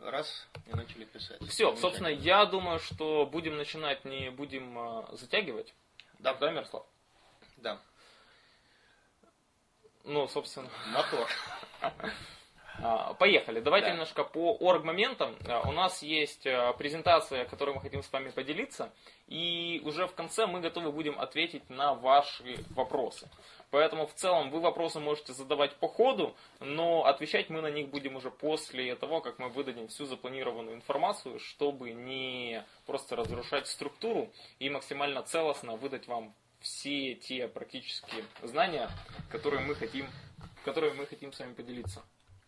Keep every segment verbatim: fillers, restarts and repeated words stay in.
раз и начали писать. Все, собственно, я думаю, что будем начинать, не будем а, затягивать. Да. Да, Мирослав? Да. Ну, собственно. Мотор. Поехали. Давайте да. немножко по орг-моментам. У нас есть презентация, которой мы хотим с вами поделиться. И уже в конце мы готовы будем ответить на ваши вопросы. Поэтому в целом вы вопросы можете задавать по ходу, но отвечать мы на них будем уже после того, как мы выдадим всю запланированную информацию, чтобы не просто разрушать структуру и максимально целостно выдать вам все те практические знания, которые мы хотим, которые мы хотим с вами поделиться.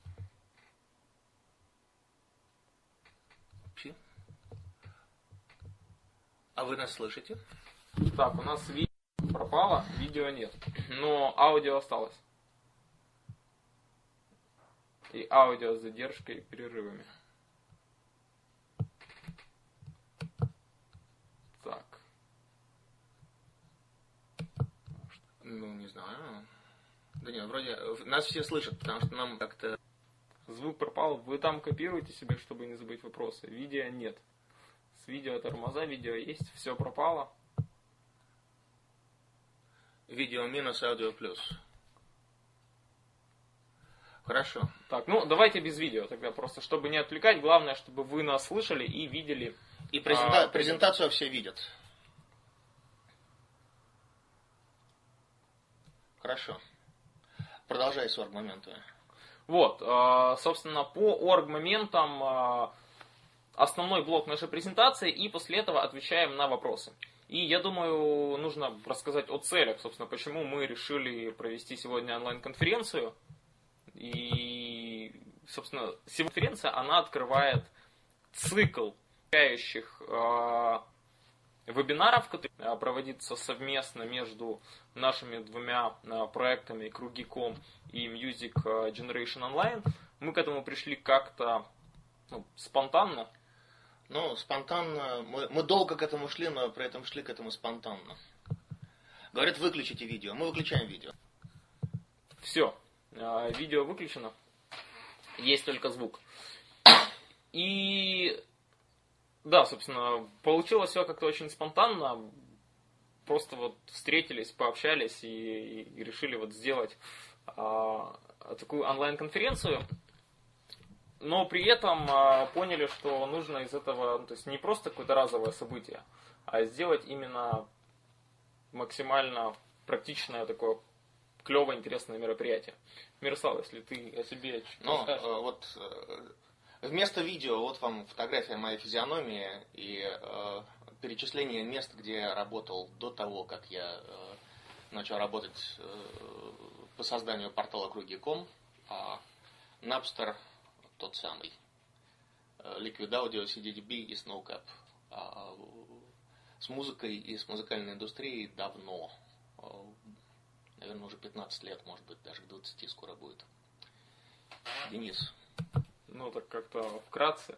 А вы нас слышите? Так, у нас видео пропало, видео нет, но аудио осталось. И аудио с задержкой и перерывами. Так. Ну, не знаю. Да нет, вроде нас все слышат, потому что нам как-то... Звук пропал, вы там копируете себе, чтобы не забыть вопросы. Видео нет. С видео тормоза, видео есть, все пропало. Видео минус, аудио плюс. Хорошо. Так, ну давайте без видео тогда, просто чтобы не отвлекать. Главное, чтобы вы нас слышали и видели. И презента... а, презентацию все видят. Хорошо. Продолжай с орг-моментами. Вот, собственно, по орг-моментам основной блок нашей презентации, и после этого отвечаем на вопросы. И я думаю, нужно рассказать о целях, собственно, почему мы решили провести сегодня онлайн-конференцию. И, собственно, сегодня конференция, она открывает цикл обучающих вебинаров, которые проводятся совместно между нашими двумя проектами Круги точка ком и Music Generation Online. Мы к этому пришли как-то ну, спонтанно. Ну, спонтанно. Мы, мы долго к этому шли, но при этом шли к этому спонтанно. Говорят, выключите видео. Мы выключаем видео. Все. Видео выключено. Есть только звук. И... Да, собственно, получилось все как-то очень спонтанно. Просто вот встретились, пообщались и, и решили вот сделать а, такую онлайн-конференцию. Но при этом а, поняли, что нужно из этого, ну, то есть не просто какое-то разовое событие, а сделать именно максимально практичное такое клевое, интересное мероприятие. Мирослав, если ты о себе чуть Ну, э, вот э, вместо видео вот вам фотография моей физиономии и э, перечисление мест, где я работал до того, как я э, начал работать э, по созданию портала Круги точка ком. А Napster тот самый. Liquid Audio, си ди ди би и SnowCap. А с музыкой и с музыкальной индустрией давно. Наверное, уже пятнадцать лет, может быть, даже к двадцати скоро будет. Денис. Ну, так как-то вкратце.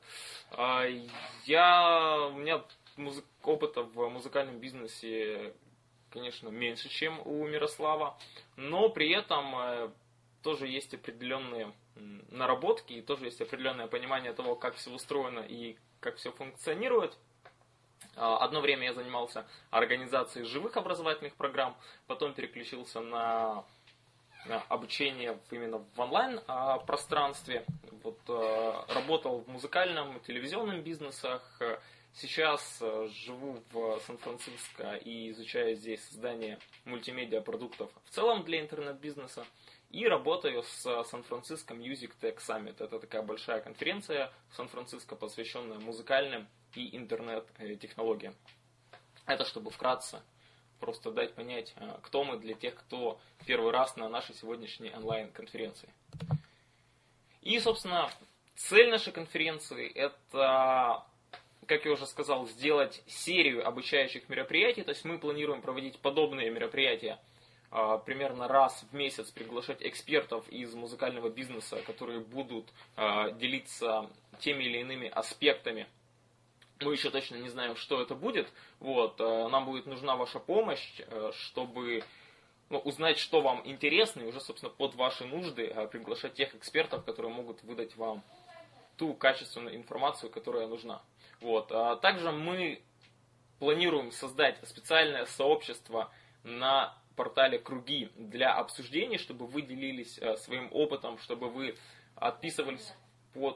Я, у меня музы... опыта в музыкальном бизнесе, конечно, меньше, чем у Мирослава, но при этом тоже есть определенные наработки, и тоже есть определенное понимание того, как все устроено и как все функционирует. Одно время я занимался организацией живых образовательных программ, потом переключился на обучение именно в онлайн-пространстве. Вот, работал в музыкальном, телевизионном бизнесах. Сейчас живу в Сан-Франциско и изучаю здесь создание мультимедиа-продуктов в целом для интернет-бизнеса. И работаю с Сан-Франциско Music Tech Summit. Это такая большая конференция в Сан-Франциско, посвященная музыкальным и интернет-технологиям. Это чтобы вкратце просто дать понять, кто мы для тех, кто первый раз на нашей сегодняшней онлайн-конференции. И, собственно, цель нашей конференции – это, как я уже сказал, сделать серию обучающих мероприятий. То есть мы планируем проводить подобные мероприятия примерно раз в месяц, приглашать экспертов из музыкального бизнеса, которые будут делиться теми или иными аспектами. Мы еще точно не знаем, что это будет. Вот, нам будет нужна ваша помощь, чтобы ну, узнать, что вам интересно, и уже, собственно, под ваши нужды приглашать тех экспертов, которые могут выдать вам ту качественную информацию, которая нужна. Вот. А также мы планируем создать специальное сообщество на портале Круги для обсуждений, чтобы вы делились э, своим опытом, чтобы вы отписывались под...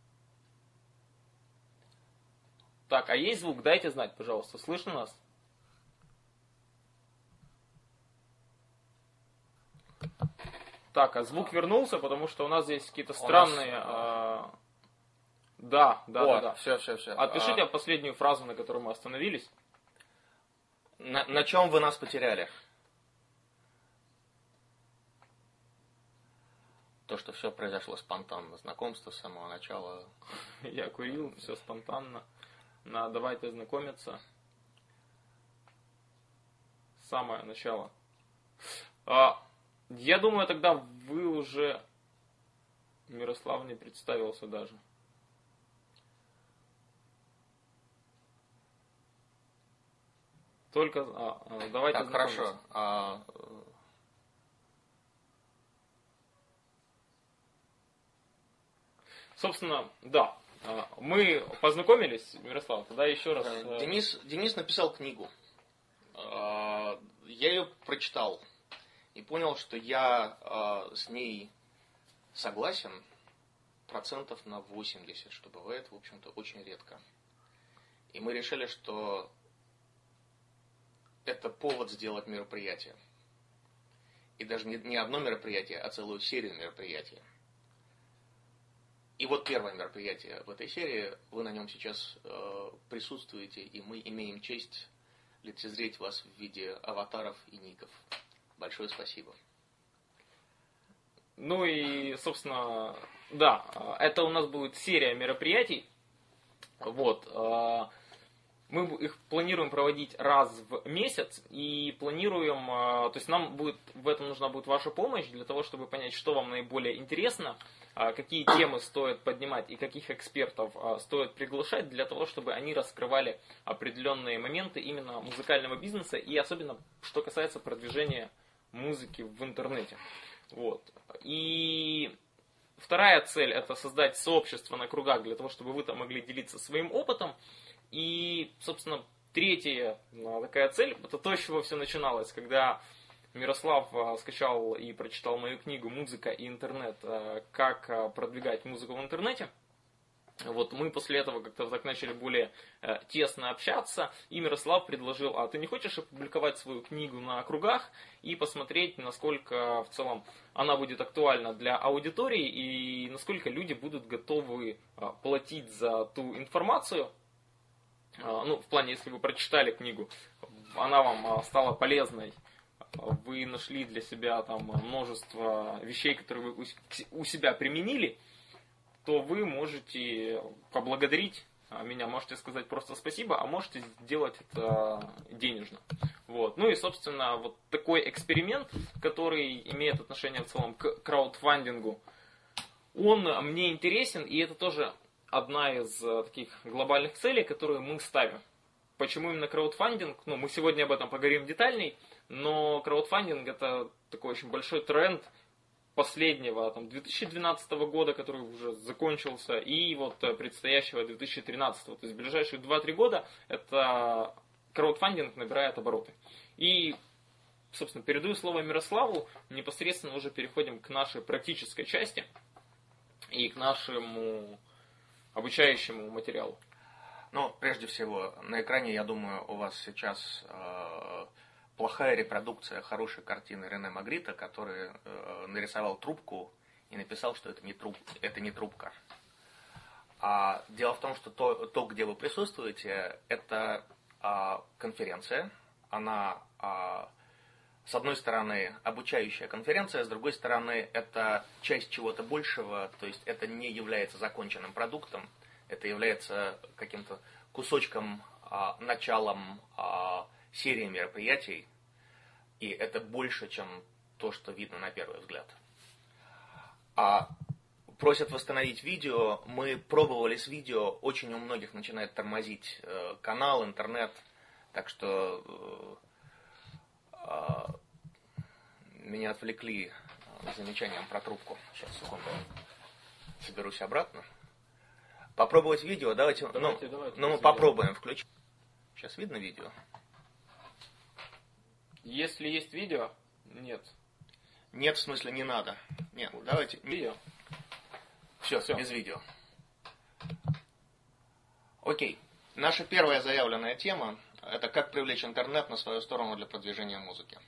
Так, а есть звук? Дайте знать, пожалуйста. Слышно нас? Так, а звук вернулся, потому что у нас здесь какие-то странные... Нас... Э... Да, да, О, да, да. Все, все, все. Отпишите а... последнюю фразу, на которой мы остановились. На, на чем вы нас потеряли? То, что все произошло спонтанно. Знакомство с самого начала. Я курил, все спонтанно. На, давайте знакомиться. Самое начало. А, я думаю, тогда вы уже... Мирослав не представился даже. Только... А, давайте так, хорошо. А... Собственно, да. Мы познакомились, Мирослав, тогда еще раз... Денис, Денис написал книгу. Я ее прочитал и понял, что я с ней согласен процентов на восемьдесят, что бывает, в общем-то, очень редко. И мы решили, что это повод сделать мероприятие. И даже не одно мероприятие, а целую серию мероприятий. И вот первое мероприятие в этой серии, вы на нем сейчас э, присутствуете, и мы имеем честь лицезреть вас в виде аватаров и ников. Большое спасибо. Ну и, собственно, да, это у нас будет серия мероприятий. Вот. Мы их планируем проводить раз в месяц и планируем, то есть нам будет, в этом нужна будет ваша помощь для того, чтобы понять, что вам наиболее интересно, какие темы стоит поднимать и каких экспертов стоит приглашать для того, чтобы они раскрывали определенные моменты именно музыкального бизнеса и особенно, что касается продвижения музыки в интернете. Вот. И вторая цель — это создать сообщество на кругах для того, чтобы вы там могли делиться своим опытом. И, собственно, третья такая цель — это то, с чего все начиналось, когда Мирослав скачал и прочитал мою книгу «Музыка и интернет. Как продвигать музыку в интернете». Вот мы после этого как-то так начали более э, тесно общаться, и Мирослав предложил: а ты не хочешь опубликовать свою книгу на кругах и посмотреть, насколько в целом она будет актуальна для аудитории и насколько люди будут готовы э, платить за ту информацию, э, ну, в плане, если вы прочитали книгу, она вам э, стала полезной, вы нашли для себя там множество вещей, которые вы у себя применили, то вы можете поблагодарить меня, можете сказать просто спасибо, а можете сделать это денежно. Вот. Ну и, собственно, вот такой эксперимент, который имеет отношение в целом к краудфандингу, он мне интересен, и это тоже одна из таких глобальных целей, которые мы ставим. Почему именно краудфандинг? Ну, мы сегодня об этом поговорим детальней, но краудфандинг — это такой очень большой тренд последнего там, две тысячи двенадцатого года, который уже закончился, и вот предстоящего две тысячи тринадцатого. То есть в ближайшие два-три года это краудфандинг набирает обороты. И, собственно, передаю слово Мирославу, непосредственно уже переходим к нашей практической части и к нашему обучающему материалу. Ну, прежде всего, на экране, я думаю, у вас сейчас э, плохая репродукция хорошей картины Рене Магрита, который э, нарисовал трубку и написал, что это не, труб, это не трубка. А дело в том, что то, то где вы присутствуете, это э, конференция. Она, э, с одной стороны, обучающая конференция, с другой стороны, это часть чего-то большего, то есть это не является законченным продуктом, это является каким-то кусочком, э, началом э, серии мероприятий, и это больше, чем то, что видно на первый взгляд. А просят восстановить видео. Мы пробовали с видео, очень у многих начинает тормозить э, канал, интернет, так что э, э, меня отвлекли замечанием про трубку. Сейчас, секунду, соберусь обратно. Попробовать видео? Давайте, давайте, ну, давайте, ну мы попробуем включить. Сейчас видно видео? Если есть видео, нет. Нет, в смысле не надо. Нет, давайте. Видео. Все, Все, без видео. Окей. Наша первая заявленная тема – это как привлечь интернет на свою сторону для продвижения музыки.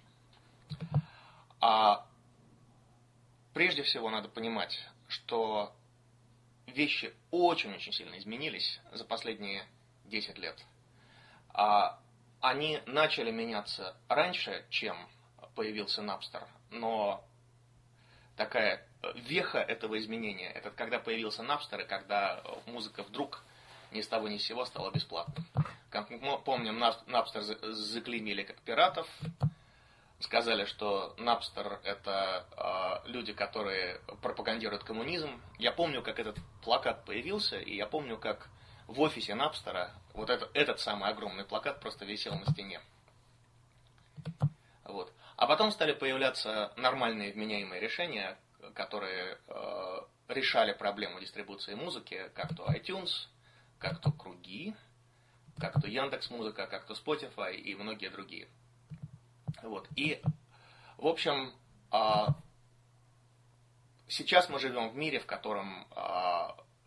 А прежде всего надо понимать, что вещи очень-очень сильно изменились за последние десять лет. А они начали меняться раньше, чем появился Napster, но такая веха этого изменения, это когда появился Napster, и когда музыка вдруг ни с того ни с сего стала бесплатной. Как мы помним, Napster заклеймили как пиратов, сказали, что Napster это э, люди, которые пропагандируют коммунизм. Я помню, как этот плакат появился, и я помню, как в офисе Napster вот это, этот самый огромный плакат просто висел на стене. Вот. А потом стали появляться нормальные вменяемые решения, которые э, решали проблему дистрибуции музыки, как то iTunes, как то Круги, как то Яндекс.Музыка, как то Spotify и многие другие. Вот. И, в общем, э, сейчас мы живем в мире, в котором э,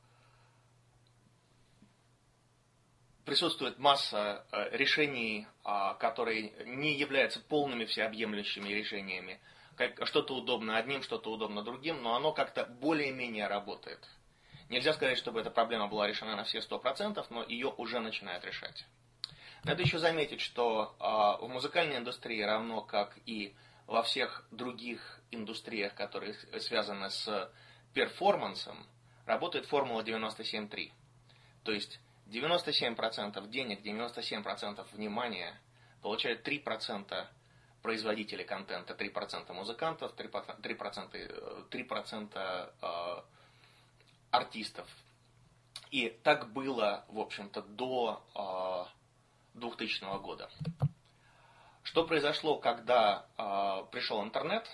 присутствует масса э, решений, э, которые не являются полными всеобъемлющими решениями. Как, что-то удобно одним, что-то удобно другим, но оно как-то более-менее работает. Нельзя сказать, чтобы эта проблема была решена на все сто процентов, но ее уже начинают решать. Надо еще заметить, что э, в музыкальной индустрии, равно как и во всех других индустриях, которые связаны с перформансом, работает формула девяносто семь три. То есть девяносто семь процентов денег, девяносто семь процентов внимания получают три процента производителей контента, три процента музыкантов, три процента, три процента э, артистов. И так было, в общем-то, до э, двухтысячного года. Что произошло, когда э, пришел интернет?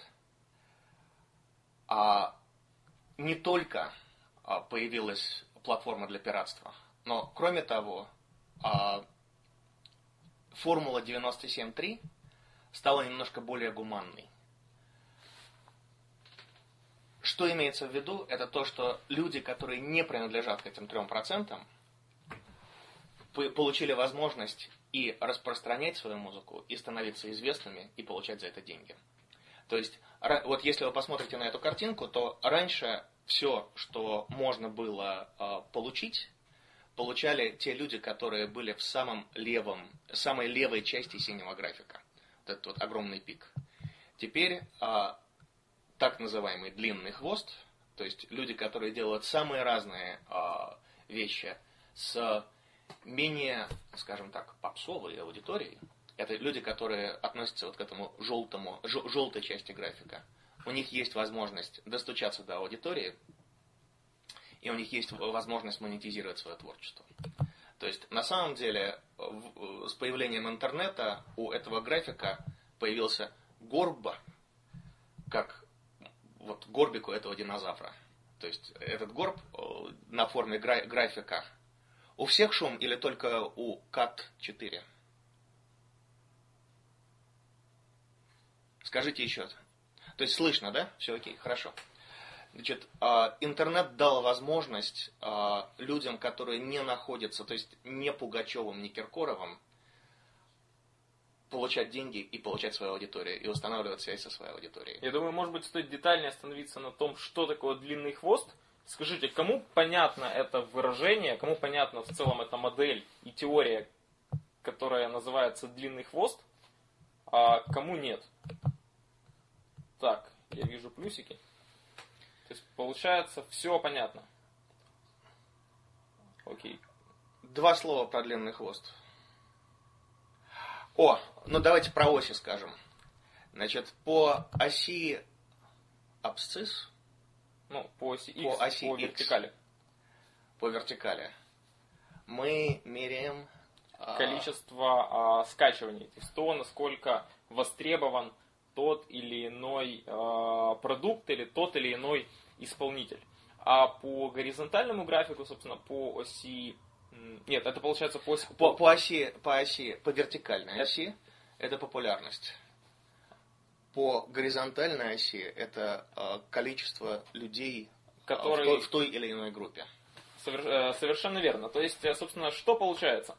А, не только э, появилась платформа для пиратства, но, кроме того, э, формула девяносто семь три стала немножко более гуманной. Что имеется в виду? Это то, что люди, которые не принадлежат к этим трем процентам, получили возможность и распространять свою музыку, и становиться известными, и получать за это деньги. То есть, вот если вы посмотрите на эту картинку, то раньше все, что можно было э, получить, получали те люди, которые были в самом левом, самой левой части синего графика. Вот этот вот огромный пик. Теперь э, так называемый длинный хвост, то есть люди, которые делают самые разные э, вещи с менее, скажем так, попсовой аудиторией, это люди, которые относятся вот к этому желтому, желтой части графика. У них есть возможность достучаться до аудитории, и у них есть возможность монетизировать свое творчество. То есть, на самом деле, с появлением интернета у этого графика появился горб, как вот горбик у этого динозавра. То есть, этот горб на форме графика. У всех шум или только у кат четыре? Скажите еще. То есть слышно, да? Все окей, хорошо. Значит, интернет дал возможность людям, которые не находятся, то есть не Пугачевым, не Киркоровым, получать деньги и получать свою аудиторию, и устанавливать связь со своей аудиторией. Я думаю, может быть, стоит детальнее остановиться на том, что такое длинный хвост. Скажите, кому понятно это выражение, кому понятна в целом эта модель и теория, которая называется длинный хвост, а кому нет? Так, я вижу плюсики. То есть, получается, все понятно. Окей. Два слова про длинный хвост. О, ну давайте про оси скажем. Значит, по оси абсцисс, ну, по оси X, по, оси по X, вертикали. По вертикали. Мы меряем количество а, скачиваний. То есть то, насколько востребован тот или иной э, продукт или тот или иной исполнитель. А по горизонтальному графику, собственно, по оси... Нет, это получается по оси... По, по оси, по оси, по вертикальной оси это популярность. По горизонтальной оси это э, количество людей, которые... в, той, в той или иной группе. Совершенно верно. То есть, собственно, что получается?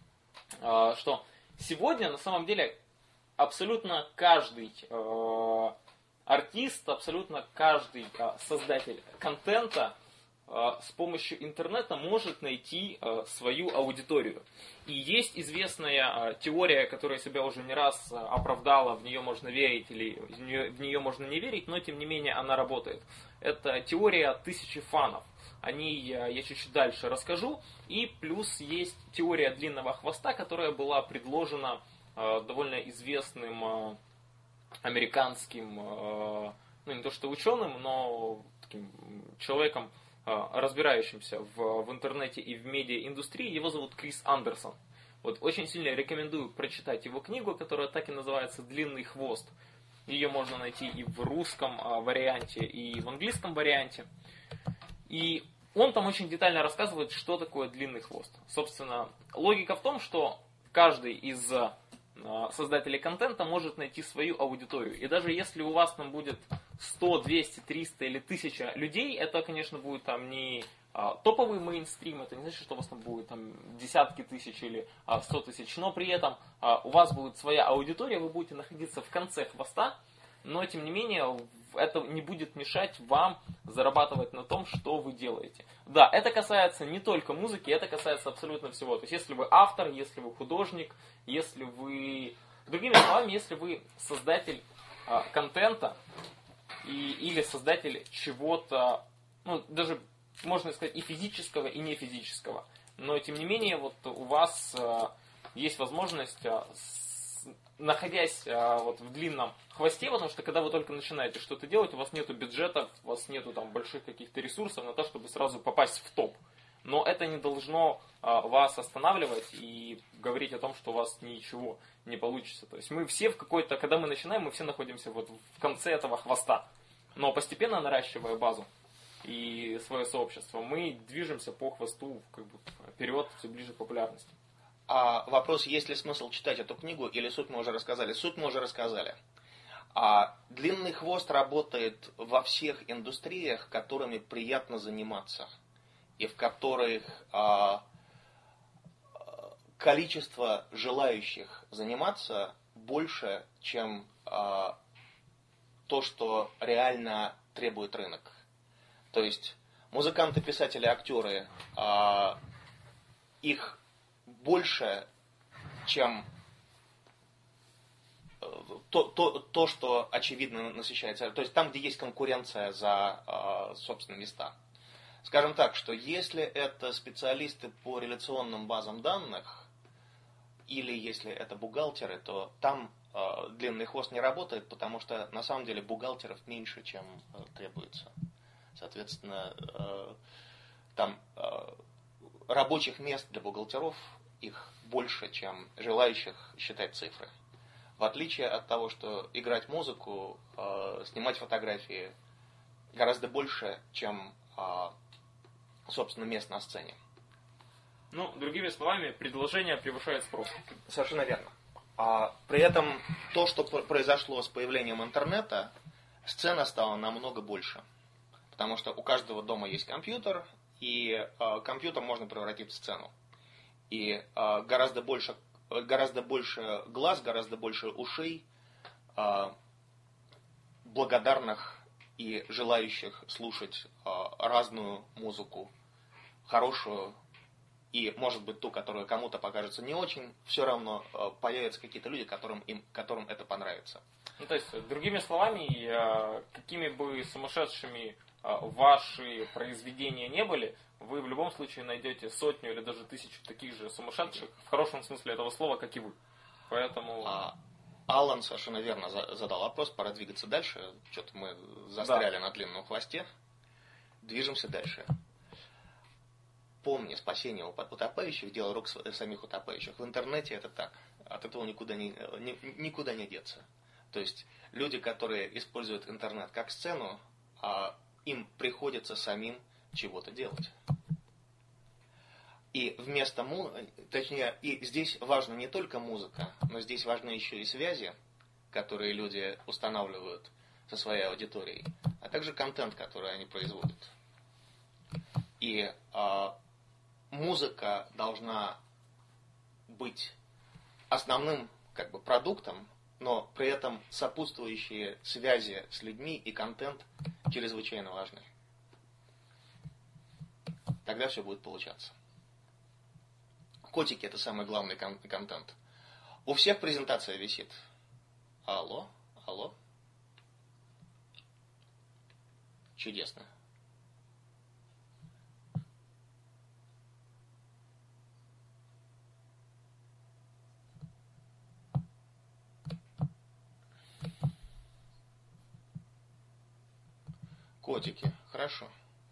Что сегодня, на самом деле, абсолютно каждый э, артист, абсолютно каждый э, создатель контента э, с помощью интернета может найти э, свою аудиторию. И есть известная э, теория, которая себя уже не раз э, оправдала, в нее можно верить или в нее, в нее можно не верить, но тем не менее она работает. Это теория тысячи фанов. О ней я, я чуть-чуть дальше расскажу. И плюс есть теория длинного хвоста, которая была предложена э, довольно известным э, американским, э, ну не то что ученым, но таким человеком, э, разбирающимся в, в интернете и в медиаиндустрии. Его зовут Крис Андерсон. Вот, очень сильно рекомендую прочитать его книгу, которая так и называется «Длинный хвост». Ее можно найти и в русском э, варианте, и в английском варианте. И он там очень детально рассказывает, что такое длинный хвост. Собственно, логика в том, что каждый из э, создателей контента может найти свою аудиторию. И даже если у вас там будет сто, двести, триста или тысяча людей, это, конечно, будет там не э, топовый мейнстрим, это не значит, что у вас там будет там десятки тысяч или э, сто тысяч, но при этом э, у вас будет своя аудитория, вы будете находиться в конце хвоста, но тем не менее это не будет мешать вам зарабатывать на том, что вы делаете. Да, это касается не только музыки, это касается абсолютно всего. То есть, если вы автор, если вы художник, если вы... Другими словами, если вы создатель а, контента и, или создатель чего-то, ну, даже, можно сказать, и физического, и не физического. Но, тем не менее, вот у вас а, есть возможность... А, находясь а, вот в длинном хвосте, потому что когда вы только начинаете что-то делать, у вас нету бюджета, у вас нету там больших каких-то ресурсов на то, чтобы сразу попасть в топ. Но это не должно а, вас останавливать и говорить о том, что у вас ничего не получится. То есть мы все в какой-то, когда мы начинаем, мы все находимся вот в конце этого хвоста. Но постепенно наращивая базу и свое сообщество, мы движемся по хвосту как бы вперед, все ближе к популярности. А вопрос, есть ли смысл читать эту книгу, или суть мы уже рассказали? Суть мы уже рассказали. А длинный хвост работает во всех индустриях, которыми приятно заниматься, и в которых а, количество желающих заниматься больше, чем а, то, что реально требует рынок. То есть музыканты, писатели, актеры, а, их больше, чем то, то, то, что очевидно насыщается. То есть там, где есть конкуренция за, собственно, места. Скажем так, что если это специалисты по реляционным базам данных, или если это бухгалтеры, то там длинный хвост не работает, потому что на самом деле бухгалтеров меньше, чем требуется. Соответственно, там рабочих мест для бухгалтеров их больше, чем желающих считать цифры. В отличие от того, что играть музыку, э, снимать фотографии гораздо больше, чем, э, собственно, мест на сцене. Ну, другими словами, предложение превышает спрос. Совершенно верно. А при этом то, что произошло с появлением интернета, сцена стала намного больше. Потому что у каждого дома есть компьютер, и э, компьютер можно превратить в сцену. И э, гораздо больше, гораздо больше глаз, гораздо больше ушей, э, благодарных и желающих слушать э, разную музыку, хорошую и, может быть, ту, которая кому-то покажется не очень, все равно э, появятся какие-то люди, которым, им, которым это понравится. Ну, то есть, другими словами, э, какими бы сумасшедшими э, ваши произведения не были, вы в любом случае найдете сотню или даже тысячу таких же сумасшедших, в хорошем смысле этого слова, как и вы. Поэтому... А, Алан совершенно верно задал вопрос, пора двигаться дальше. Что-то мы застряли да. на длинном хвосте. Движемся дальше. Помни, спасение утопающих, дело рук самих утопающих. В интернете это так. От этого никуда не, ни, никуда не деться. То есть люди, которые используют интернет как сцену, а им приходится самим чего-то делать. И вместо му... точнее, и здесь важна не только музыка, но здесь важны еще и связи, которые люди устанавливают со своей аудиторией, а также контент, который они производят. И э, музыка должна быть основным как бы продуктом, но при этом сопутствующие связи с людьми и контент чрезвычайно важны. Тогда все будет получаться. Котики — это самый главный кон- контент. У всех презентация висит. Алло, алло. Чудесно. Котики, хорошо.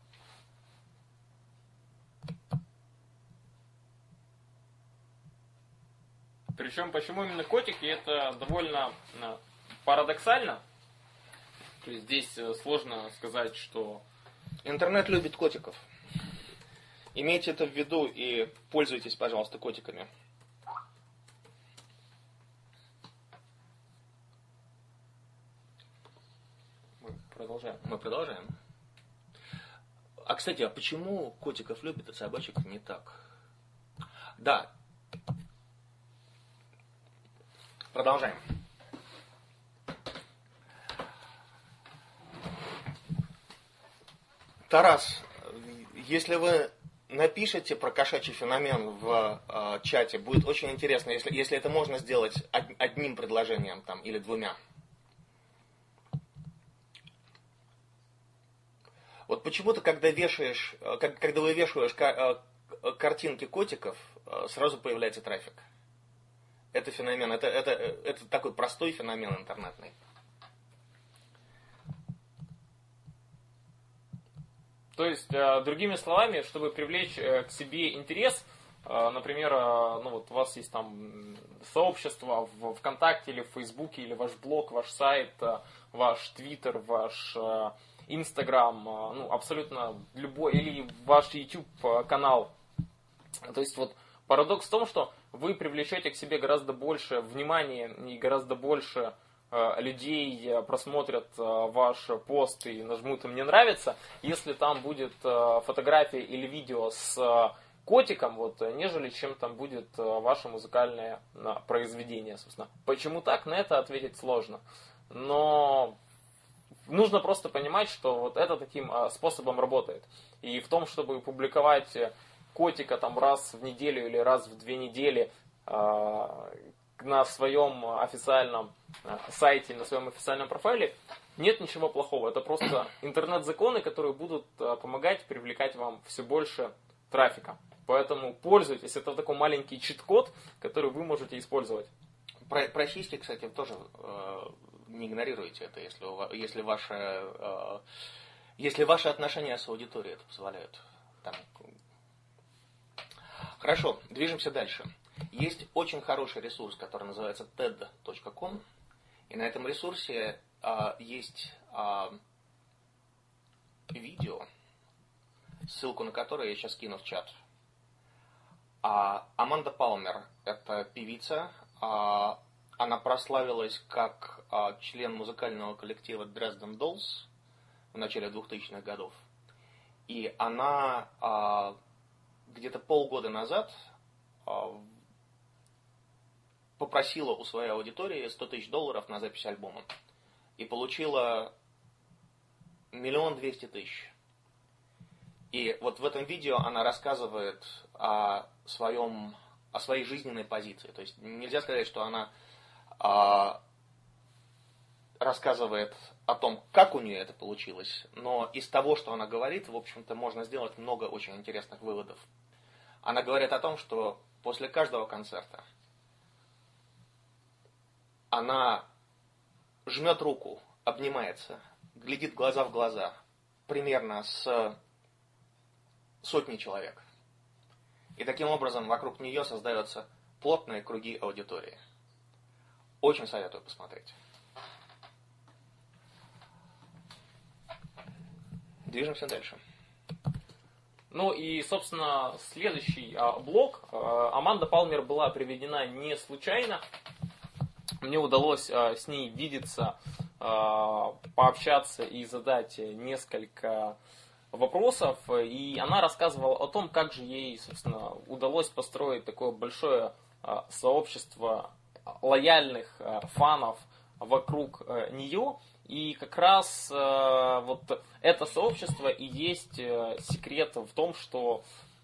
Причем, почему именно котики, это довольно парадоксально. То есть здесь сложно сказать, что... Интернет любит котиков. Имейте это в виду и пользуйтесь, пожалуйста, котиками. Мы продолжаем. Мы продолжаем. А, кстати, а почему котиков любят, а собачек не так? Да. Продолжаем. Тарас, если вы напишите про кошачий феномен в э, чате, будет очень интересно, если, если это можно сделать од, одним предложением там, или двумя. Вот почему-то, когда вешаешь, как, когда вы вешаешь ка, э, картинки котиков, э, сразу появляется трафик. Это феномен, это, это, это такой простой феномен интернетный. То есть, другими словами, чтобы привлечь к себе интерес, например, ну вот у вас есть там сообщество в ВКонтакте или в Фейсбуке, или ваш блог, ваш сайт, ваш Твиттер, ваш Инстаграм, ну абсолютно любой, или ваш YouTube канал. То есть вот парадокс в том, что вы привлечете к себе гораздо больше внимания и гораздо больше людей просмотрят ваш пост и нажмут «Мне нравится», если там будет фотография или видео с котиком, вот, нежели чем там будет ваше музыкальное произведение, собственно. Почему так, на это ответить сложно. Но нужно просто понимать, что вот это таким способом работает. И в том, чтобы публиковать котика там раз в неделю или раз в две недели на своем официальном сайте, на своем официальном профайле, нет ничего плохого. Это просто интернет-законы, которые будут помогать привлекать вам все больше трафика. Поэтому пользуйтесь. Это такой маленький чит-код, который вы можете использовать. Про, про сиськи, кстати, тоже э, не игнорируйте это, если, у вас, если, ваше, э, если ваши отношения с аудиторией это позволяют. Там. Хорошо, движемся дальше. Есть очень хороший ресурс, который называется тед точка ком. И на этом ресурсе а, есть а, видео, ссылку на которое я сейчас кину в чат. А, Аманда Палмер – это певица. А, она прославилась как а, член музыкального коллектива Dresden Dolls в начале двухтысячных годов. И она а, где-то полгода назад а, попросила у своей аудитории сто тысяч долларов на запись альбома. И получила миллион двести тысяч. И вот в этом видео она рассказывает о, своем, о своей жизненной позиции. То есть нельзя сказать, что она а, рассказывает о том, как у нее это получилось. Но из того, что она говорит, в общем-то, можно сделать много очень интересных выводов. Она говорит о том, что после каждого концерта она жмет руку, обнимается, глядит глаза в глаза примерно с сотней человек. И таким образом вокруг нее создаются плотные круги аудитории. Очень советую посмотреть. Движемся дальше. Ну и, собственно, следующий а, блок. А, Аманда Палмер была приведена не случайно. Мне удалось а, с ней видеться, а, пообщаться и задать несколько вопросов. И она рассказывала о том, как же ей, собственно, удалось построить такое большое а, сообщество лояльных а, фанов вокруг а, нее. И как раз э, вот это сообщество и есть э, секрет в том, что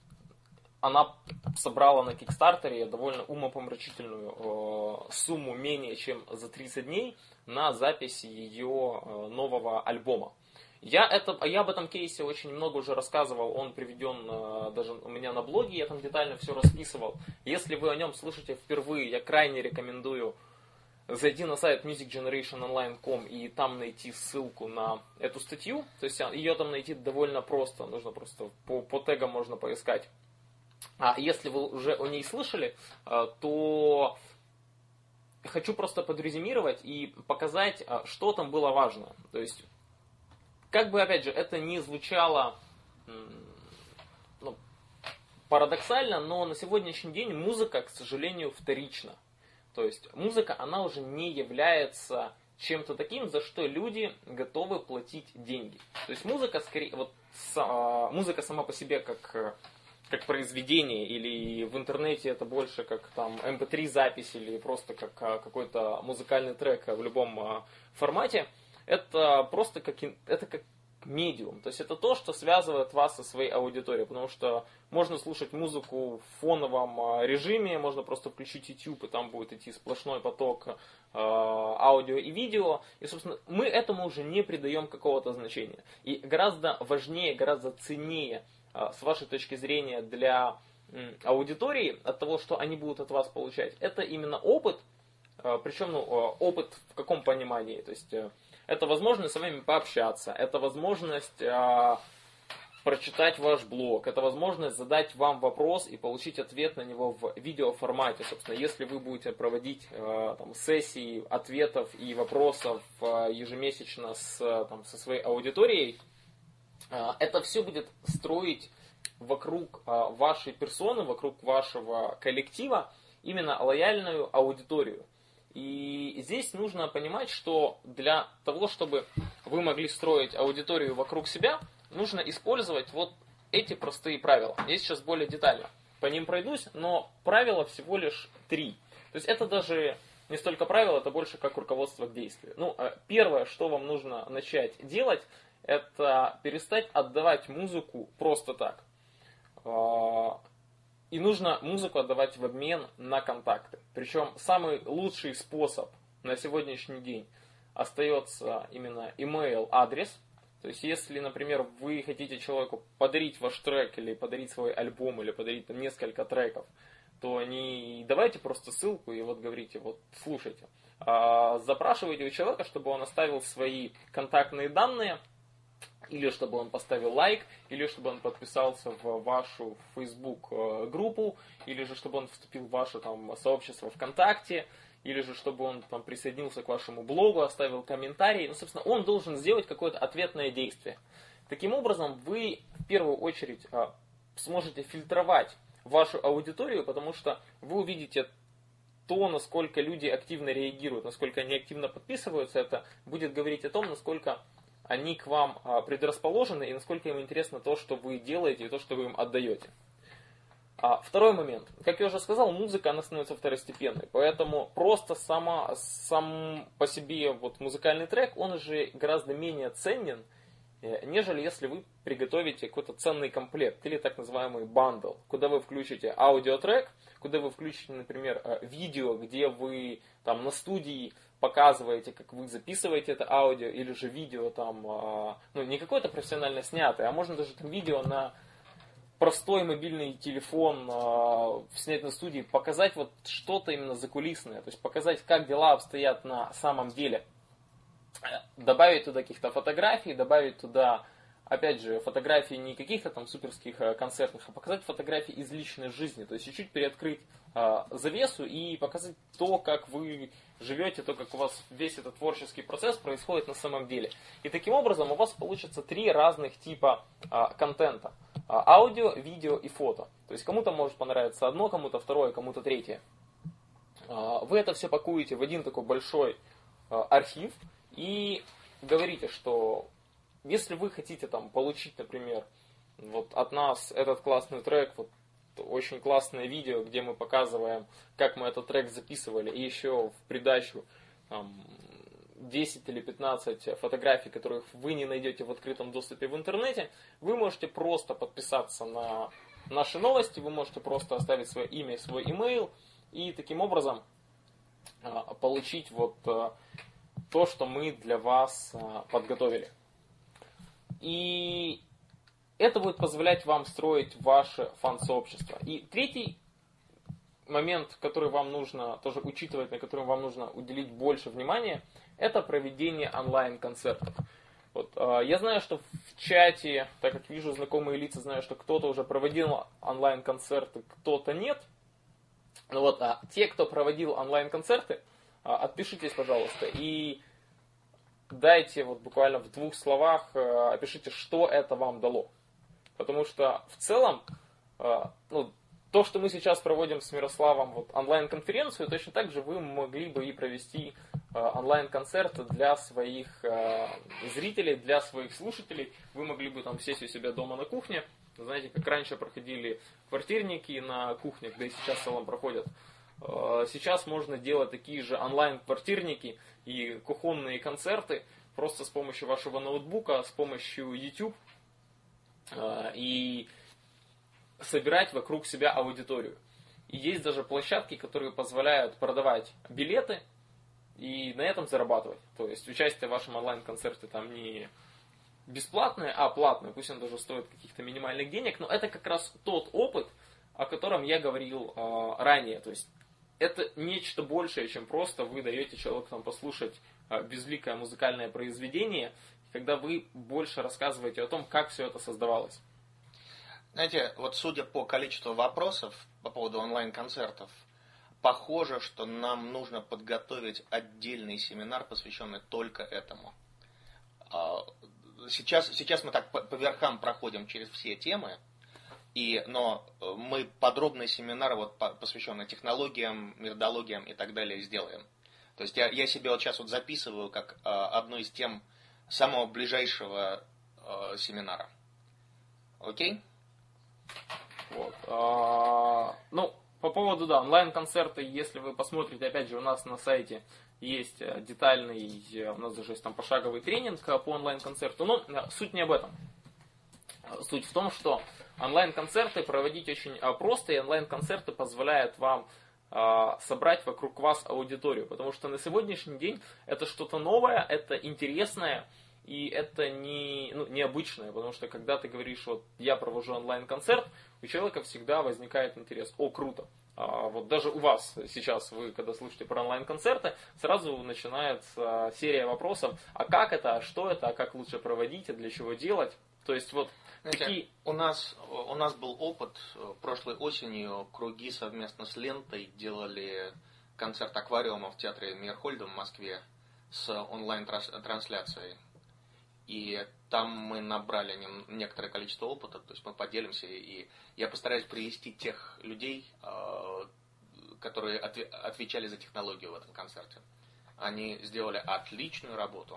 она собрала на Кикстартере довольно умопомрачительную э, сумму менее чем за тридцать дней на запись ее э, нового альбома. Я, это, я об этом кейсе очень много уже рассказывал, он приведен э, даже у меня на блоге, я там детально все расписывал. Если вы о нем слышите впервые, я крайне рекомендую зайди на сайт мьюзик дженерейшн онлайн точка ком и там найти ссылку на эту статью. То есть ее там найти довольно просто. Нужно просто по, по тегам можно поискать. А если вы уже о ней слышали, то хочу просто подрезюмировать и показать, что там было важно. То есть, как бы, опять же, это не звучало ну, парадоксально, но на сегодняшний день музыка, к сожалению, вторична. То есть музыка, она уже не является чем-то таким, за что люди готовы платить деньги. То есть музыка, скорее, вот, с, музыка сама по себе как, как произведение, или в интернете это больше как там эм пэ три запись, или просто как какой-то музыкальный трек в любом формате, это просто как, это как медиум. То есть это то, что связывает вас со своей аудиторией. Потому что можно слушать музыку в фоновом режиме, можно просто включить YouTube, и там будет идти сплошной поток э, аудио и видео. И, собственно, мы этому уже не придаем какого-то значения. И гораздо важнее, гораздо ценнее, э, с вашей точки зрения, для э, аудитории, от того, что они будут от вас получать, это именно опыт. Э, причем ну, опыт в каком понимании? То есть э, это возможность с вами пообщаться, это возможность э, прочитать ваш блог, это возможность задать вам вопрос и получить ответ на него в видеоформате. Собственно, если вы будете проводить э, там, сессии ответов и вопросов э, ежемесячно с, там, со своей аудиторией, э, это все будет строить вокруг э, вашей персоны, вокруг вашего коллектива именно лояльную аудиторию. И здесь нужно понимать, что для того, чтобы вы могли строить аудиторию вокруг себя, нужно использовать вот эти простые правила. Я сейчас более детально по ним пройдусь, но правила всего лишь три. То есть это даже не столько правила, это больше как руководство к действию. Ну, первое, что вам нужно начать делать, это перестать отдавать музыку просто так. И нужно музыку отдавать в обмен на контакты. Причем самый лучший способ на сегодняшний день остается именно email адрес. То есть если, например, вы хотите человеку подарить ваш трек, или подарить свой альбом, или подарить там несколько треков, то не давайте просто ссылку и вот говорите, вот слушайте. А запрашивайте у человека, чтобы он оставил свои контактные данные, или чтобы он поставил лайк, или чтобы он подписался в вашу Facebook группу, или же чтобы он вступил в ваше там сообщество ВКонтакте, или же чтобы он там присоединился к вашему блогу, оставил комментарий. Ну, собственно, он должен сделать какое-то ответное действие. Таким образом, вы в первую очередь сможете фильтровать вашу аудиторию, потому что вы увидите то, насколько люди активно реагируют, насколько они активно подписываются. Это будет говорить о том, насколько они к вам предрасположены и насколько им интересно то, что вы делаете и то, что вы им отдаете. А второй момент. Как я уже сказал, музыка, она становится второстепенной. Поэтому просто сама, сам по себе вот музыкальный трек, он уже гораздо менее ценен, нежели если вы приготовите какой-то ценный комплект или так называемый бандл, куда вы включите аудиотрек, куда вы включите, например, видео, где вы там на студии показываете, как вы записываете это аудио, или же видео там, ну не какое-то профессионально снятое, а можно даже там видео на простой мобильный телефон э, снять на студии, показать вот что-то именно закулисное, то есть показать, как дела обстоят на самом деле. Добавить туда каких-то фотографий, добавить туда, опять же, фотографии не каких-то там суперских э, концертных, а показать фотографии из личной жизни, то есть чуть-чуть приоткрыть э, завесу и показать то, как вы живете, то, как у вас весь этот творческий процесс происходит на самом деле. И таким образом у вас получится три разных типа э, контента. аудио, видео и фото. То есть кому-то может понравиться одно, кому-то второе, кому-то третье. Вы это все пакуете в один такой большой архив и говорите, что если вы хотите там получить, например, вот от нас этот классный трек, вот очень классное видео, где мы показываем, как мы этот трек записывали, и еще в придачу там, десять или пятнадцать фотографий, которых вы не найдете в открытом доступе в интернете, вы можете просто подписаться на наши новости, вы можете просто оставить свое имя и свой имейл, и таким образом получить вот то, что мы для вас подготовили. И это будет позволять вам строить ваше фан-сообщество. И третий момент, который вам нужно тоже учитывать, на который вам нужно уделить больше внимания, это проведение онлайн-концертов. Вот, э, я знаю, что в чате, так как вижу знакомые лица, знаю, что кто-то уже проводил онлайн-концерты, кто-то нет. Ну вот, а те, кто проводил онлайн-концерты, а, отпишитесь, пожалуйста, и дайте вот буквально в двух словах, а, опишите, что это вам дало. Потому что в целом, а, ну, то, что мы сейчас проводим с Мирославом вот, онлайн-конференцию, точно так же вы могли бы и провести а, онлайн-концерт для своих а, зрителей, для своих слушателей. Вы могли бы там сесть у себя дома на кухне. Знаете, как раньше проходили квартирники на кухнях, да и сейчас в целом проходят. Сейчас можно делать такие же онлайн-квартирники и кухонные концерты просто с помощью вашего ноутбука, с помощью YouTube и собирать вокруг себя аудиторию. И есть даже площадки, которые позволяют продавать билеты и на этом зарабатывать. То есть участие в вашем онлайн-концерте там не бесплатное, а платное, пусть он даже стоит каких-то минимальных денег, но это как раз тот опыт, о котором я говорил э, ранее. То есть это нечто большее, чем просто вы даете человеку там, послушать э, безликое музыкальное произведение, когда вы больше рассказываете о том, как все это создавалось. Знаете, вот судя по количеству вопросов по поводу онлайн-концертов, похоже, что нам нужно подготовить отдельный семинар, посвященный только этому. Сейчас, сейчас мы так по, по верхам проходим через все темы, и, но мы подробный семинар, вот, по, посвященный технологиям, методологиям и так далее, сделаем. То есть я, я себе вот сейчас вот записываю как э, одну из тем самого ближайшего э, семинара. Окей? Вот. А, ну, по поводу, да, онлайн-концерта, если вы посмотрите, опять же, у нас на сайте есть детальный, у нас даже есть там пошаговый тренинг по онлайн-концерту, но суть не об этом. Суть в том, что онлайн-концерты проводить очень просто, и онлайн-концерты позволяют вам собрать вокруг вас аудиторию, потому что на сегодняшний день это что-то новое, это интересное, и это не, ну, необычное, потому что когда ты говоришь, вот я провожу онлайн-концерт, у человека всегда возникает интерес, о, круто. А вот даже у вас сейчас, вы когда слышите про онлайн-концерты, сразу начинается серия вопросов, а как это, а что это, а как лучше проводить, а для чего делать. То есть вот Знаете, такие... У нас, у нас был опыт, прошлой осенью Круги совместно с Лентой делали концерт аквариума в театре Мейерхольда в Москве с онлайн-трансляцией. И там мы набрали некоторое количество опыта, то есть мы поделимся, и я постараюсь привести тех людей, которые отвечали за технологию в этом концерте. Они сделали отличную работу.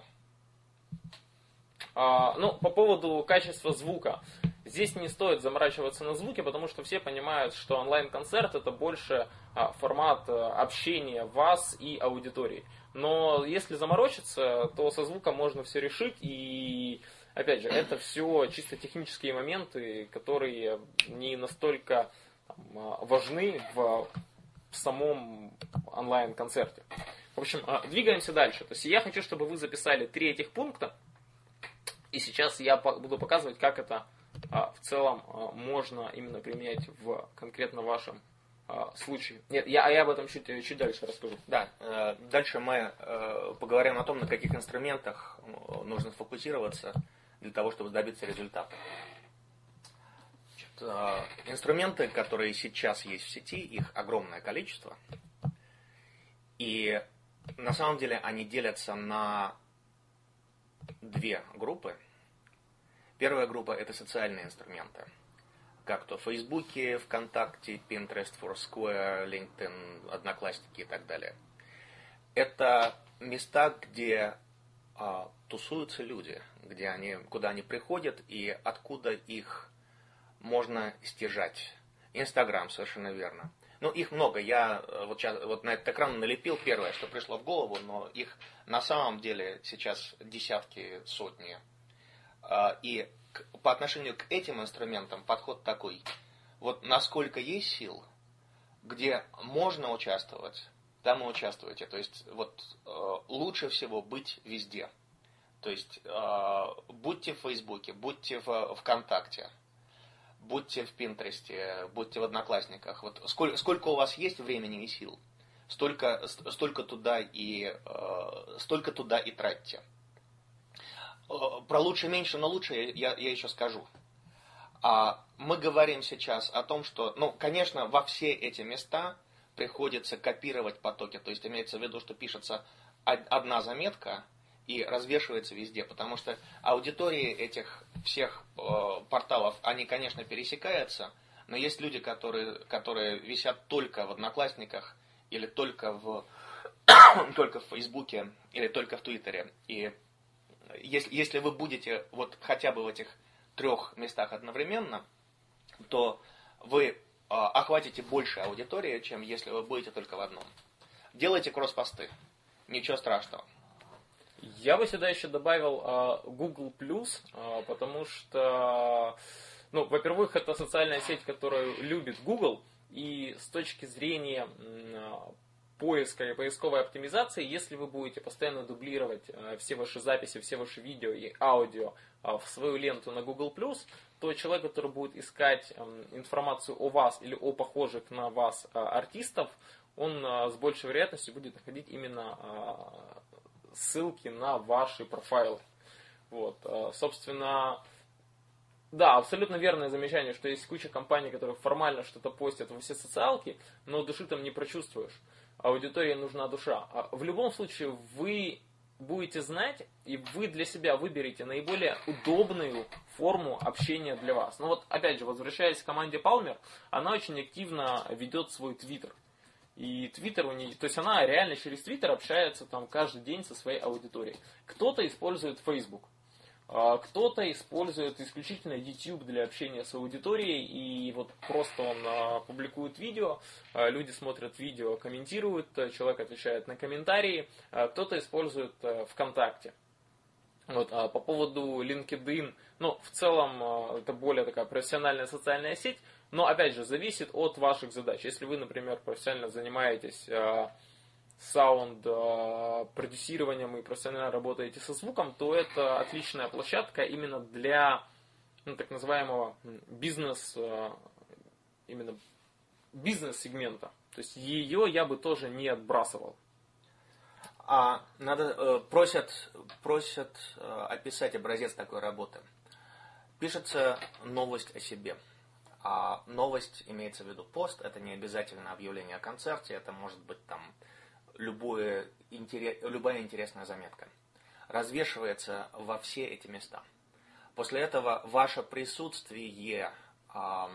А, ну, по поводу качества звука. Здесь не стоит заморачиваться на звуке, потому что все понимают, что онлайн-концерт это больше а, формат а, общения вас и аудитории. Но если заморочиться, то со звуком можно все решить, и опять же, это все чисто технические моменты, которые не настолько там, важны в самом онлайн-концерте. В общем, двигаемся дальше. То есть я хочу, чтобы вы записали три этих пункта, и сейчас я буду показывать, как это в целом можно именно применять в конкретно вашем случае. Нет, я, я об этом чуть, чуть дальше расскажу. Да, дальше мы поговорим о том, на каких инструментах нужно сфокусироваться для того, чтобы добиться результата. Значит, инструменты, которые сейчас есть в сети, их огромное количество. И на самом деле они делятся на две группы. Первая группа – это социальные инструменты. как то в Фейсбуке, ВКонтакте, Pinterest, Foursquare, LinkedIn, Одноклассники и так далее. Это места, где а, тусуются люди, где они, куда они приходят и откуда их можно стяжать. Инстаграм, совершенно верно. Ну, их много. Я вот, сейчас, вот на этот экран налепил первое, что пришло в голову, но их на самом деле сейчас десятки, сотни. И по отношению к этим инструментам подход такой. Вот насколько есть сил, где можно участвовать, там и участвуйте. То есть вот лучше всего быть везде. То есть будьте в Фейсбуке, будьте в ВКонтакте, будьте в Пинтересте, будьте в Одноклассниках. Вот сколько, сколько у вас есть времени и сил, столько, столько туда и столько туда и тратьте. Про лучше, меньше, но лучше я, я еще скажу. А мы говорим сейчас о том, что, ну, конечно, во все эти места приходится копировать потоки. То есть имеется в виду, что пишется одна заметка и развешивается везде. Потому что аудитории этих всех э, порталов, они, конечно, пересекаются, но есть люди, которые, которые висят только в Одноклассниках или только в, только в Фейсбуке или только в Твиттере. И Если, если вы будете вот хотя бы в этих трех местах одновременно, то вы э, охватите больше аудитории, чем если вы будете только в одном. Делайте кросс-посты. Ничего страшного. Я бы сюда еще добавил э, Google+, э, потому что, ну, во-первых, это социальная сеть, которую любит Google, и с точки зрения э, поиска и поисковой оптимизации, если вы будете постоянно дублировать э, все ваши записи, все ваши видео и аудио э, в свою ленту на Google+, то человек, который будет искать э, информацию о вас или о похожих на вас э, артистов, он э, с большей вероятностью будет находить именно э, ссылки на ваши профайлы. Вот, э, собственно, да, абсолютно верное замечание, что есть куча компаний, которые формально что-то постят во все социалки, но души там не прочувствуешь. Аудитории нужна душа. В любом случае, вы будете знать, и вы для себя выберете наиболее удобную форму общения для вас. Ну вот, опять же, возвращаясь к команде Palmer, она очень активно ведет свой Твиттер. И Твиттер у нее, то есть она реально через Твиттер общается там каждый день со своей аудиторией. Кто-то использует Facebook. Кто-то использует исключительно YouTube для общения с аудиторией, и вот просто он а, публикует видео, а, люди смотрят видео, комментируют, человек отвечает на комментарии, а, кто-то использует а, ВКонтакте. Вот, а по поводу LinkedIn, ну, в целом а, это более такая профессиональная социальная сеть, но, опять же, зависит от ваших задач. Если вы, например, профессионально занимаетесь а, саунд-продюсированием и профессионально работаете со звуком, то это отличная площадка именно для, ну, так называемого бизнес, именно бизнес-сегмента. То есть ее я бы тоже не отбрасывал. А надо, э, просят, просят э, описать образец такой работы. Пишется новость о себе. А новость имеется в виду пост, это не обязательно объявление о концерте, это может быть там любое, любая интересная заметка. Развешивается во все эти места. После этого ваше присутствие а,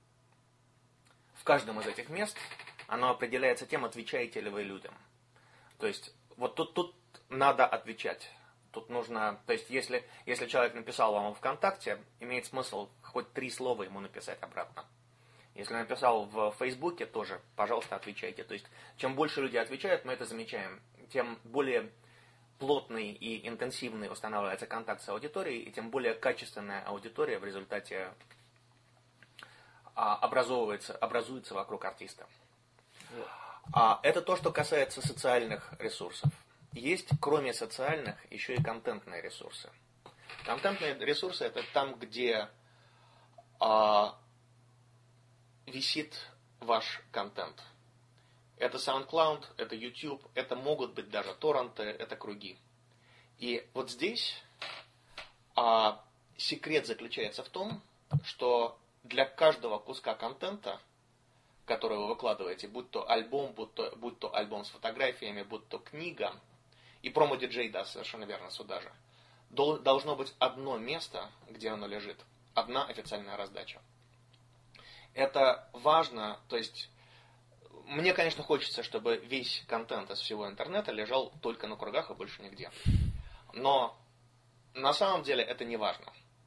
в каждом из этих мест, оно определяется тем, отвечаете ли вы людям. То есть вот тут, тут надо отвечать. Тут нужно, то есть если, если человек написал вам в ВКонтакте, имеет смысл хоть три слова ему написать обратно. Если написал в Фейсбуке, тоже, пожалуйста, отвечайте. То есть, чем больше людей отвечают, мы это замечаем, тем более плотный и интенсивный устанавливается контакт с аудиторией, и тем более качественная аудитория в результате образовывается, образуется вокруг артиста. А это то, что касается социальных ресурсов. Есть, кроме социальных, еще и контентные ресурсы. Контентные ресурсы – это там, где а, висит ваш контент. Это SoundCloud, это YouTube, это могут быть даже торренты, это круги. И вот здесь а, секрет заключается в том, что для каждого куска контента, который вы выкладываете, будь то альбом, будь то, будь то альбом с фотографиями, будь то книга, и промо-диджей, да, совершенно верно, сюда же, должно быть одно место, где оно лежит, одна официальная раздача. Это важно, то есть мне, конечно, хочется, чтобы весь контент из всего интернета лежал только на кругах и больше нигде. Но на самом деле это не важно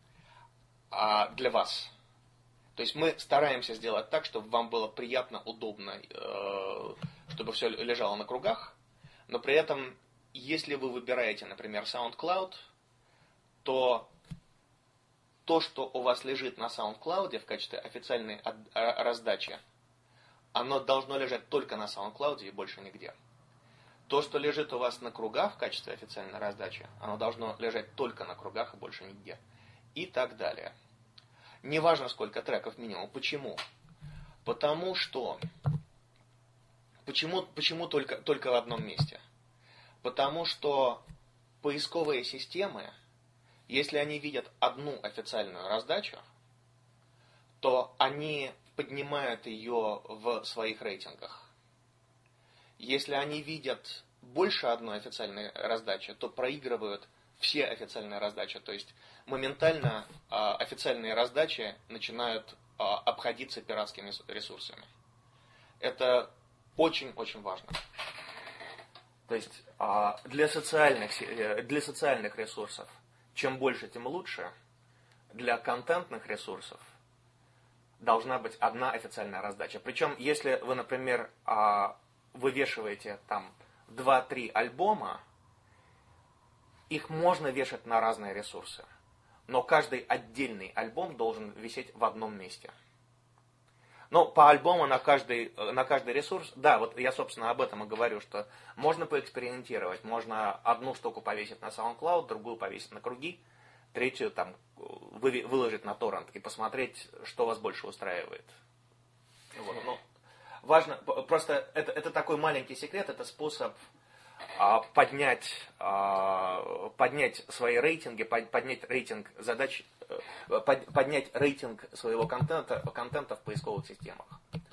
а для вас. То есть мы стараемся сделать так, чтобы вам было приятно, удобно, чтобы все лежало на кругах, но при этом, если вы выбираете, например, SoundCloud, то то, что у вас лежит на SoundCloud в качестве официальной раздачи, оно должно лежать только на SoundCloud и больше нигде. То, что лежит у вас на кругах в качестве официальной раздачи, оно должно лежать только на кругах и больше нигде. И так далее. Неважно, сколько треков минимум. Почему? Потому что... Почему, почему только, только в одном месте? Потому что поисковые системы, если они видят одну официальную раздачу, то они поднимают ее в своих рейтингах. Если они видят больше одной официальной раздачи, то проигрывают все официальные раздачи. То есть моментально а, официальные раздачи начинают а, обходиться пиратскими ресурсами. Это очень-очень важно. То есть а, для социальных, для социальных ресурсов чем больше, тем лучше. Для контентных ресурсов должна быть одна официальная раздача. Причем, если вы, например, вывешиваете там два-три альбома, их можно вешать на разные ресурсы. Но каждый отдельный альбом должен висеть в одном месте. Но по альбому на каждый, на каждый ресурс, да, вот я, собственно, об этом и говорю, что можно поэкспериментировать. Можно одну штуку повесить на SoundCloud, другую повесить на круги, третью там выложить на торрент и посмотреть, что вас больше устраивает. Вот, ну, важно, просто это, это такой маленький секрет, это способ а, поднять, а, поднять свои рейтинги, под, поднять рейтинг задач, под, поднять рейтинг своего контента, контента в поисковых системах.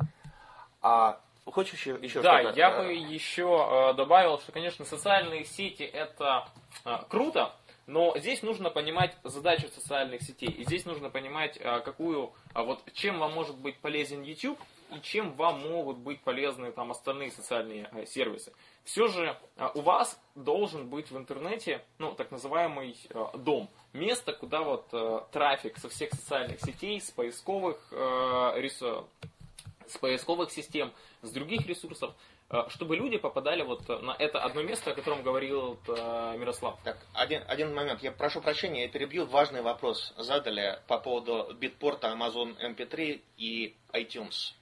А хочешь еще, еще да, что-то? Я бы еще э, добавил, что, конечно, социальные сети это э, круто, но здесь нужно понимать задачу социальных сетей. И здесь нужно понимать, э, какую, э, вот, чем вам может быть полезен YouTube и чем вам могут быть полезны там, остальные социальные э, сервисы. Все же э, у вас должен быть в интернете, ну, так называемый э, дом. Место, куда вот э, трафик со всех социальных сетей, с поисковых э, ресурсов, с поисковых систем, с других ресурсов, чтобы люди попадали вот на это одно место, о котором говорил Мирослав. Так, один, один момент. Я прошу прощения, я перебью. Важный вопрос задали по поводу битпорта Amazon эм пи три и iTunes.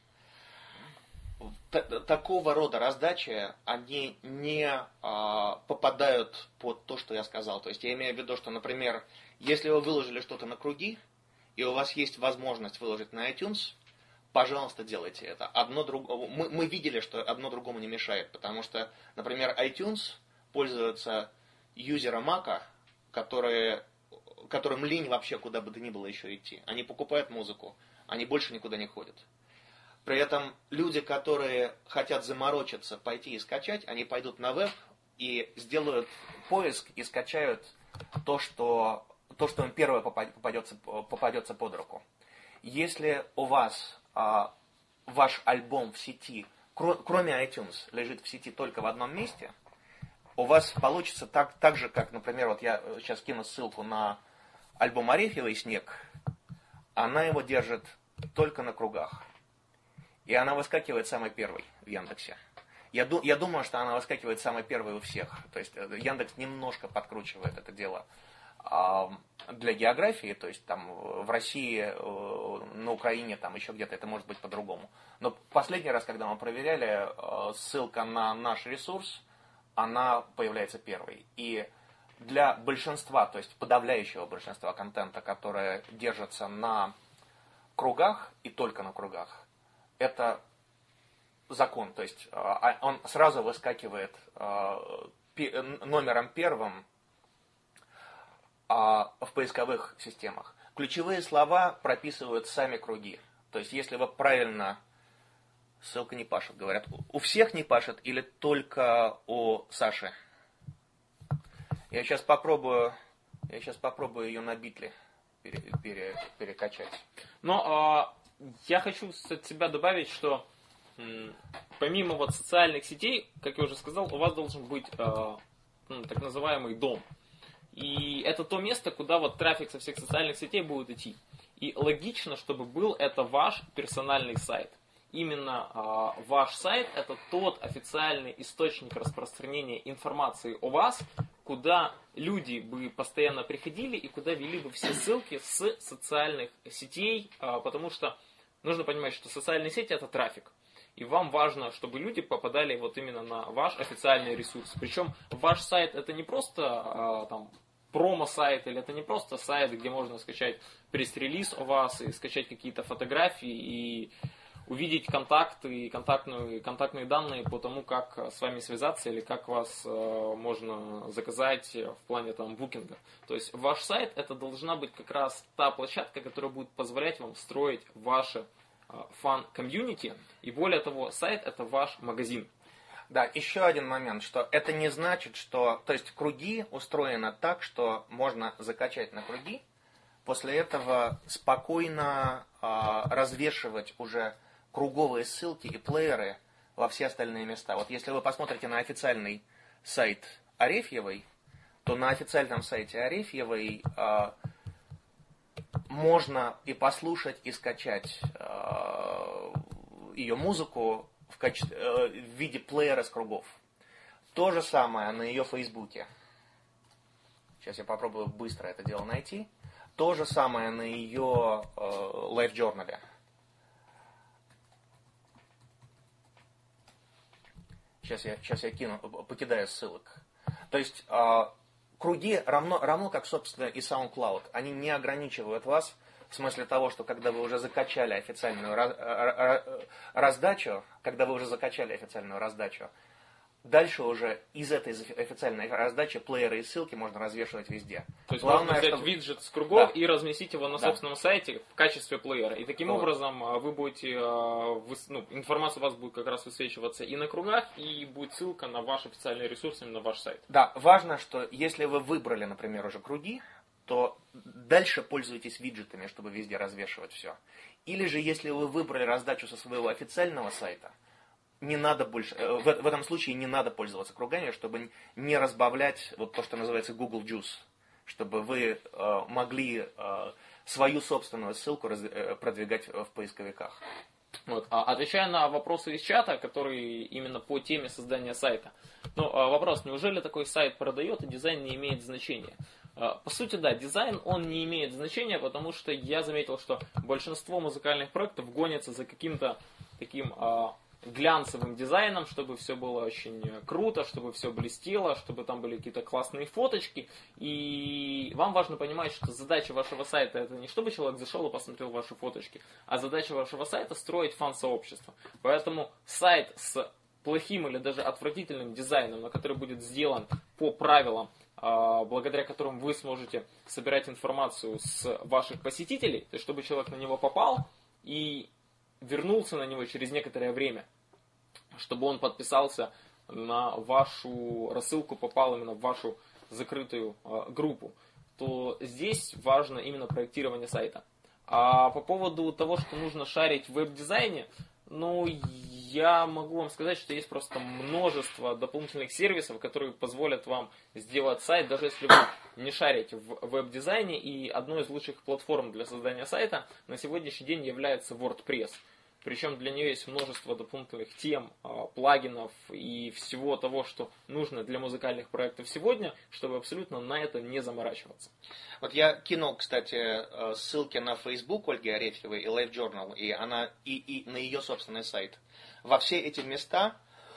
Т- такого рода раздачи, они не а, попадают под то, что я сказал. То есть я имею в виду, что, например, если вы выложили что-то на круги, и у вас есть возможность выложить на iTunes, пожалуйста, делайте это. Одно другому, мы, мы видели, что одно другому не мешает, потому что, например, iTunes пользуется юзером Mac, которые, которым лень вообще куда бы то ни было еще идти. Они покупают музыку, они больше никуда не ходят. При этом люди, которые хотят заморочиться, пойти и скачать, они пойдут на веб и сделают поиск и скачают то, что, то, что им первое попадется, попадется под руку. Если у вас а, ваш альбом в сети, кро- кроме iTunes, лежит в сети только в одном месте, у вас получится так, так же, как, например, вот я сейчас кину ссылку на альбом «Арефьевый снег», она его держит только на кругах. И она выскакивает самой первой в Яндексе. Я, ду- я думаю, что она выскакивает самой первой у всех. То есть Яндекс немножко подкручивает это дело для географии, то есть там в России, на Украине, там еще где-то это может быть по-другому. Но последний раз, когда мы проверяли, ссылка на наш ресурс, она появляется первой. И для большинства, то есть подавляющего большинства контента, которое держится на кругах и только на кругах, это закон. То есть он сразу выскакивает номером первым в поисковых системах. Ключевые слова прописывают сами круги. То есть, если вы правильно... Ссылка не пашет, говорят. У всех не пашет или только у Саши? Я сейчас попробую, я сейчас попробую ее на битле пере, пере, перекачать. Но я хочу от себя добавить, что помимо вот социальных сетей, как я уже сказал, у вас должен быть э, ну, так называемый дом. И это то место, куда вот трафик со всех социальных сетей будет идти. И логично, чтобы был это ваш персональный сайт. Именно э, ваш сайт – это тот официальный источник распространения информации о вас, куда люди бы постоянно приходили и куда вели бы все ссылки с социальных сетей, э, потому что нужно понимать, что социальные сети – это трафик. И вам важно, чтобы люди попадали вот именно на ваш официальный ресурс. Причем ваш сайт это не просто а, там, промо-сайт, или это не просто сайт, где можно скачать пресс-релиз о вас и скачать какие-то фотографии и увидеть контакты, контактные, контактные данные по тому, как с вами связаться или как вас а, можно заказать в плане там, букинга. То есть ваш сайт это должна быть как раз та площадка, которая будет позволять вам строить ваши фан-комьюнити, и более того, сайт это ваш магазин. Да, еще один момент, что это не значит, что, то есть круги устроены так, что можно закачать на круги, после этого спокойно э, развешивать уже круговые ссылки и плееры во все остальные места. Вот если вы посмотрите на официальный сайт Арефьевой, то на официальном сайте Арефьевой э, можно и послушать, и скачать э, ее музыку в, качестве, э, в виде плеера с кругов. То же самое на ее фейсбуке. Сейчас я попробую быстро это дело найти. То же самое на ее э, LiveJournal. Сейчас я, сейчас я кину, покидаю ссылок. То есть э, круги равно, равно как, собственно, и SoundCloud. Они не ограничивают вас в смысле того, что когда вы уже закачали официальную раздачу, когда вы уже закачали официальную раздачу, дальше уже из этой официальной раздачи плееры и ссылки можно развешивать везде. То есть Главное, можно взять чтобы... виджет с кругов да. и разместить его на да. собственном сайте в качестве плеера. И таким вот. образом вы будете, вы, ну, информация у вас будет как раз высвечиваться и на кругах, и будет ссылка на ваш официальный ресурс, именно на ваш сайт. Да, важно, что если вы выбрали, например, уже круги, то дальше пользуйтесь виджетами, чтобы везде развешивать все. Или же, если вы выбрали раздачу со своего официального сайта, не надо больше, в, в этом случае не надо пользоваться кругами, чтобы не разбавлять вот то, что называется Google Juice, чтобы вы э, могли э, свою собственную ссылку раз, э, продвигать в поисковиках. Вот. А, отвечая на вопросы из чата, которые именно по теме создания сайта. Ну, вопрос, неужели такой сайт продает и дизайн не имеет значения? По сути, да, дизайн, он не имеет значения, потому что я заметил, что большинство музыкальных проектов гонятся за каким-то таким а, глянцевым дизайном, чтобы все было очень круто, чтобы все блестело, чтобы там были какие-то классные фоточки. И вам важно понимать, что задача вашего сайта это не чтобы человек зашел и посмотрел ваши фоточки, а задача вашего сайта строить фан-сообщество. Поэтому сайт с плохим или даже отвратительным дизайном, но который будет сделан по правилам, благодаря которым вы сможете собирать информацию с ваших посетителей, то есть чтобы человек на него попал и вернулся на него через некоторое время, чтобы он подписался на вашу рассылку, попал именно в вашу закрытую группу, то здесь важно именно проектирование сайта. А по поводу того, что нужно шарить в веб-дизайне, ну, я могу вам сказать, что есть просто множество дополнительных сервисов, которые позволят вам сделать сайт, даже если вы не шарите в веб-дизайне. И одной из лучших платформ для создания сайта на сегодняшний день является WordPress. Причем для нее есть множество дополнительных тем, плагинов и всего того, что нужно для музыкальных проектов сегодня, чтобы абсолютно на это не заморачиваться. Вот я кинул, кстати, ссылки на Facebook Ольги Арефьевой и LiveJournal, и, она, и, и на ее собственный сайт. Во все эти места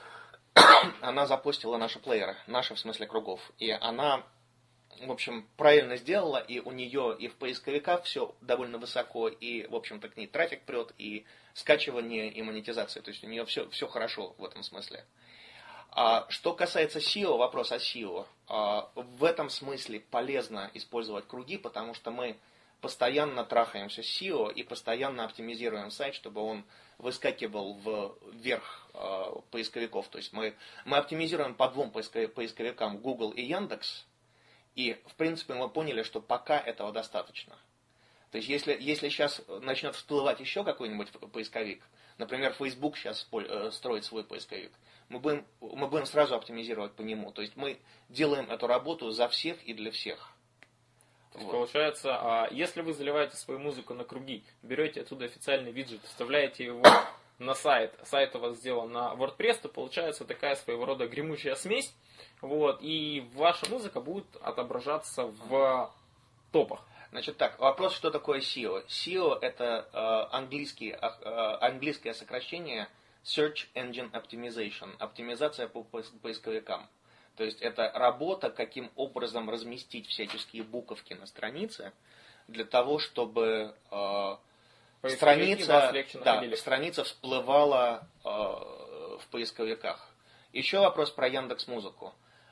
она запустила наши плееры, наши в смысле кругов. И она, в общем, правильно сделала, и у нее и в поисковиках все довольно высоко, и, в общем-то, к ней трафик прет, и скачивание, и монетизация. То есть у нее все, все хорошо в этом смысле. А, что касается сео, вопрос о сео. А, в этом смысле полезно использовать круги, потому что мы постоянно трахаемся с сео и постоянно оптимизируем сайт, чтобы он выскакивал вверх а, поисковиков. То есть мы, мы оптимизируем по двум поисковикам Google и Яндекс. И, в принципе, мы поняли, что пока этого достаточно. То есть, если, если сейчас начнет всплывать еще какой-нибудь поисковик, например, Facebook сейчас строит свой поисковик, мы будем, мы будем сразу оптимизировать по нему. То есть, мы делаем эту работу за всех и для всех. То есть, вот. Получается, если вы заливаете свою музыку на круги, берете оттуда официальный виджет, вставляете его на сайт, сайт у вас сделан на WordPress, то получается такая своего рода гремучая смесь, вот, и ваша музыка будет отображаться в топах. Значит так, вопрос, что такое сео. сео это э, английский, э, английское сокращение Search Engine Optimization, оптимизация по поисковикам. То есть это работа, каким образом разместить всяческие буковки на странице, для того, чтобы э, страница, да, страница всплывала э, в поисковиках. Еще вопрос про Яндекс.Музыку.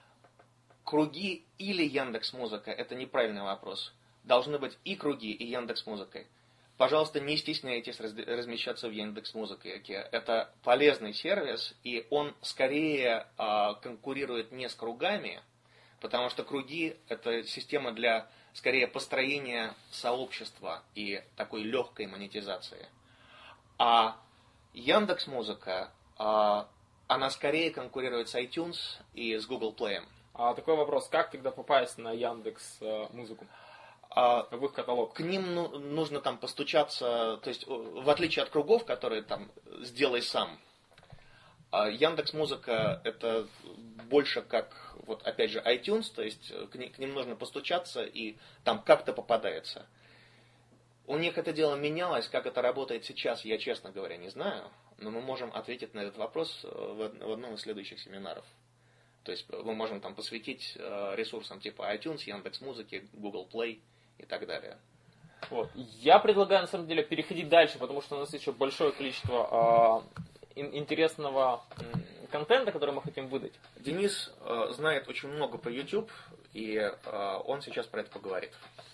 Круги или Яндекс.Музыка – это неправильный вопрос. Должны быть и круги, и Яндекс.Музыкой. Пожалуйста, не стесняйтесь размещаться в Яндекс.Музыке. Это полезный сервис, и он скорее а, конкурирует не с кругами, потому что круги – это система для, скорее, построения сообщества и такой легкой монетизации. А Яндекс.Музыка, а, она скорее конкурирует с iTunes и с Google Play. А такой вопрос, как тогда попасть на Яндекс.Музыку? В их каталог. К ним ну, нужно там постучаться, то есть в отличие от кругов, которые там сделай сам, Яндекс.Музыка это больше как, вот опять же, iTunes, то есть к ним, к ним нужно постучаться и там как-то попадается. У них это дело менялось, как это работает сейчас, я, честно говоря, не знаю, но мы можем ответить на этот вопрос в одном из следующих семинаров. То есть мы можем там посвятить ресурсам типа iTunes, Яндекс.Музыки, Google Play и так далее. Вот. Я предлагаю, на самом деле, переходить дальше, потому что у нас еще большое количество э, интересного э, контента, который мы хотим выдать. Денис э, знает очень много про YouTube, и э, он сейчас про это поговорит.